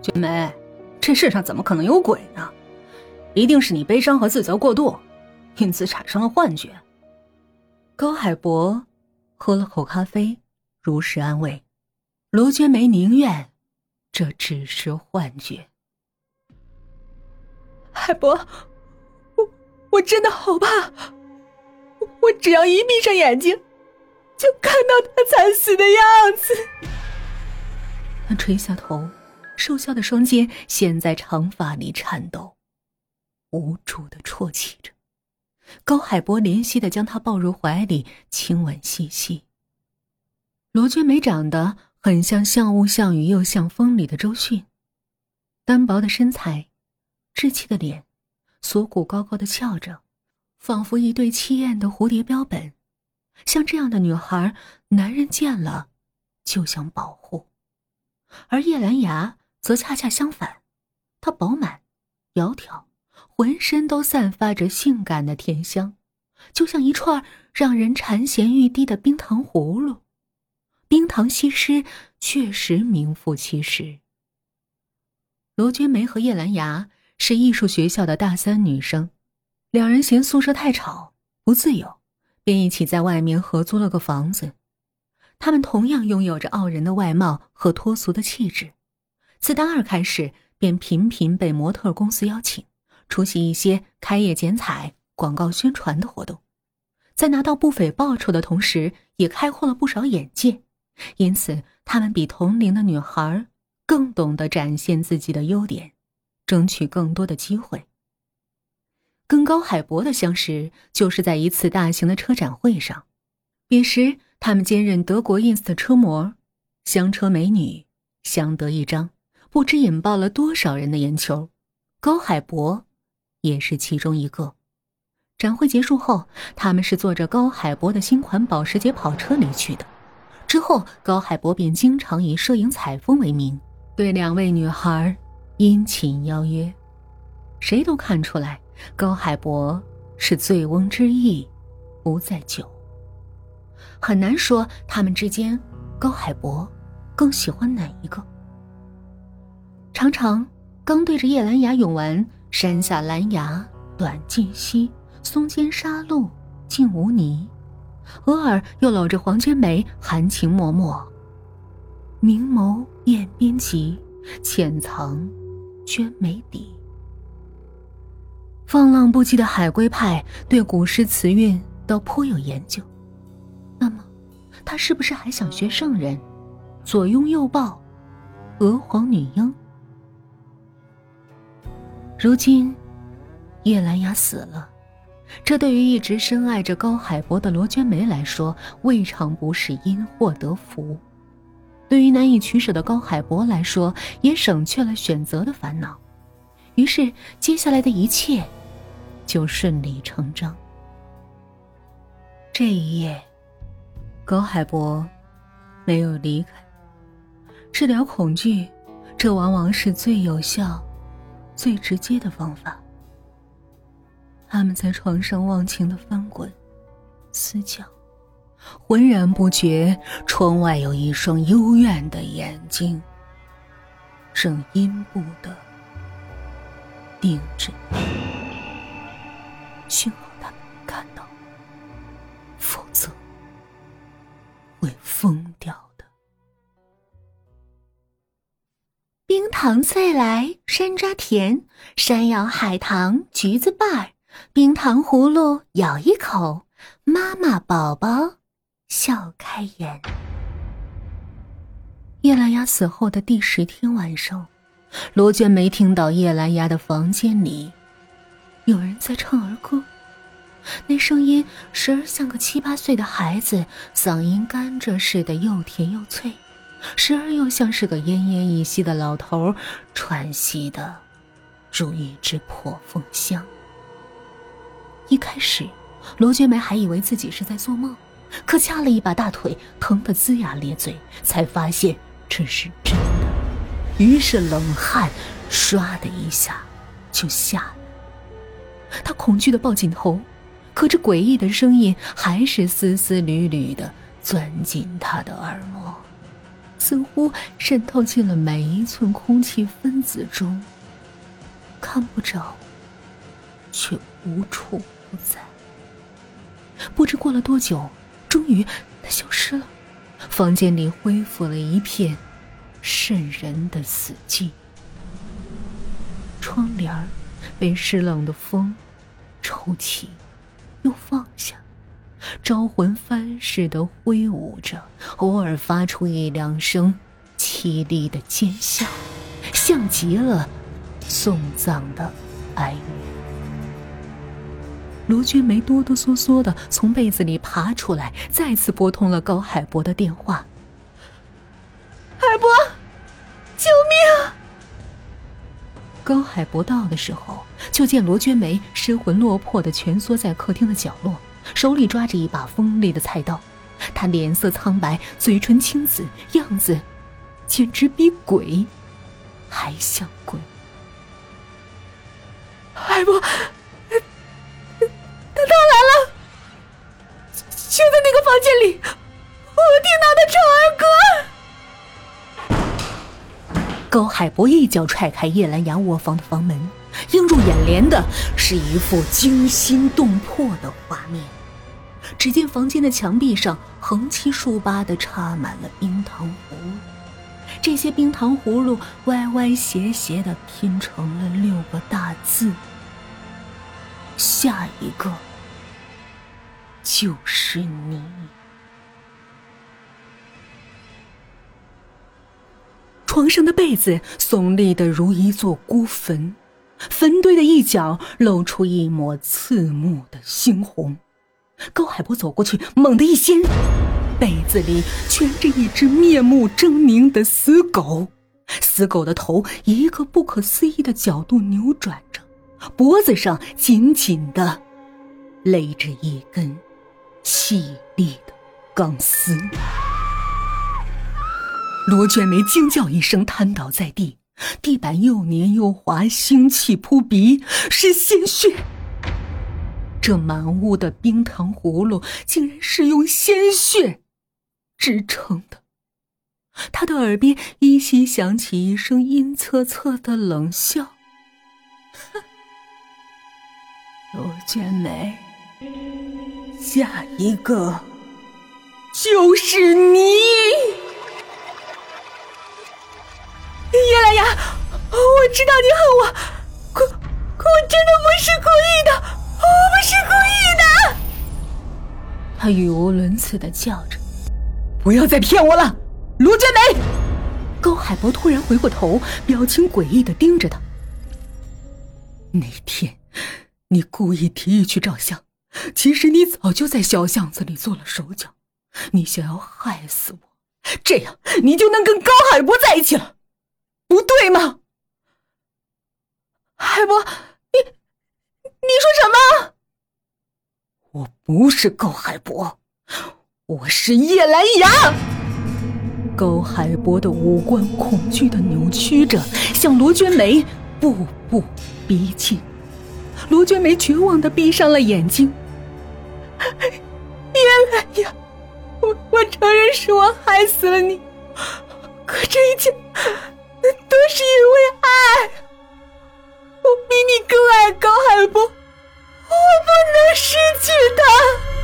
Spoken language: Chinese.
娟梅，这世上怎么可能有鬼呢？一定是你悲伤和自责过度，因此产生了幻觉。高海博喝了口咖啡，如实安慰罗娟梅，宁愿这只是幻觉。 海博，我真的好怕，我只要一闭上眼睛，就看到他惨死的样子。 他垂下头，瘦削的双肩陷在长发里颤抖，无助地啜泣着。高海博怜惜地将他抱入怀里，亲吻细细。罗娟梅长得很像雾像雨又像风里的周迅，单薄的身材，稚气的脸，锁骨高高的翘着，仿佛一对凄艳的蝴蝶标本。像这样的女孩，男人见了就想保护。而叶兰芽则恰恰相反，她饱满窈窕，浑身都散发着性感的甜香，就像一串让人馋涎欲滴的冰糖葫芦。冰糖西施确实名副其实。罗娟梅和叶兰芽是艺术学校的大三女生，两人嫌宿舍太吵不自由，便一起在外面合租了个房子。她们同样拥有着傲人的外貌和脱俗的气质，自大二开始便频频被模特公司邀请出席一些开业剪彩、广告宣传的活动，在拿到不菲报酬的同时，也开阔了不少眼界。因此她们比同龄的女孩更懂得展现自己的优点，争取更多的机会。跟高海博的相识就是在一次大型的车展会上，彼时他们兼任德国 ins 的车模，香车美女相得益彰，不知引爆了多少人的眼球。高海博也是其中一个。展会结束后，他们是坐着高海博的新款保时捷跑车离去的。之后高海博便经常以摄影采风为名，对两位女孩殷勤邀约。谁都看出来高海博是醉翁之意不在酒，很难说他们之间高海博更喜欢哪一个。常常刚对着叶兰芽咏完山下兰芽短尽溪，松间沙路尽无泥，偶尔又搂着黄娟梅含情脉脉，明眸雁边髻，浅藏娟眉底。放浪不羁的海归派对古诗词韵都颇有研究，那么他是不是还想学圣人，左拥右抱娥皇女英？如今叶兰芽死了，这对于一直深爱着高海博的罗娟梅来说，未尝不是因祸得福。对于难以取舍的高海博来说，也省却了选择的烦恼。于是接下来的一切就顺理成章。这一夜，高海博没有离开。治疗恐惧，这往往是最有效、最直接的方法。他们在床上忘情地翻滚、撕叫，浑然不觉窗外有一双幽怨的眼睛正阴部地盯着你。幸好他们没看到，否则会疯掉的。冰糖脆来山楂甜，山药海棠橘子瓣儿，冰糖葫芦咬一口，妈妈宝宝笑开颜。叶兰芽死后的第10天晚上，罗娟梅听到叶兰芽的房间里有人在唱儿歌，那声音时而像个7、8岁的孩子，嗓音甘蔗似的又甜又脆，时而又像是个奄奄一息的老头喘息的如一只破风箱。一开始罗娟梅还以为自己是在做梦，可掐了一把大腿，疼得龇牙咧嘴，才发现这是真的，于是冷汗唰的一下就下来。她恐惧地抱紧头，可这诡异的声音还是丝丝缕缕地钻进她的耳膜。 似乎渗透进了每一寸空气分子中，看不着，却无处不在。不知过了多久，终于它消失了，房间里恢复了一片瘆人的死寂。窗帘被湿冷的风抽起又放下，招魂幡似的挥舞着，偶尔发出一两声凄厉的尖笑，像极了送葬的哀乐。罗娟梅哆哆嗦嗦地从被子里爬出来，再次拨通了高海博的电话。 海博，救命啊！ 高海博到的时候，就见罗娟梅失魂落魄地蜷缩在客厅的角落，手里抓着一把锋利的菜刀。她脸色苍白，嘴唇青紫，样子简直比鬼还像鬼。 海博，他来了，就在那个房间里，我听到他唱儿歌。 高海博一脚踹开叶兰芽卧房的房门，映入眼帘的是一幅惊心动魄的画面。只见房间的墙壁上横七竖八地插满了冰糖葫芦，这些冰糖葫芦歪歪斜斜地拼成了6个大字：下一个就是你。床上的被子耸立得如一座孤坟，坟堆的一角露出一抹刺目的猩红。高海波走过去，猛地一掀，被子里蜷着一只面目狰狞的死狗。死狗的头以一个不可思议的角度扭转着，脖子上紧紧地勒着一根细利的钢丝。罗娟梅惊叫一声，瘫倒在地，地板又黏又滑，腥气扑鼻，是鲜血。这满屋的冰糖葫芦竟然是用鲜血制成的。他的耳边依稀响起一声阴恻恻的冷笑。罗娟梅，下一个就是你。 叶兰芽，我知道你恨我，可我真的不是故意的，我不是故意的。 他语无伦次地叫着，不要再骗我了，罗娟梅！高海博突然回过头，表情诡异地盯着他。那天你故意提议去照相，其实你早就在小巷子里做了手脚，你想要害死我，这样你就能跟高海博在一起了，不对吗？ 海博，你说什么？ 我不是高海博，我是叶兰芽。高海博的五官恐惧地扭曲着，向罗娟梅步步逼近。罗娟梅绝望地闭上了眼睛。 叶兰芽，我承认是我害死了你，可这一切都是因为爱。我比你更爱高海博，我不能失去他。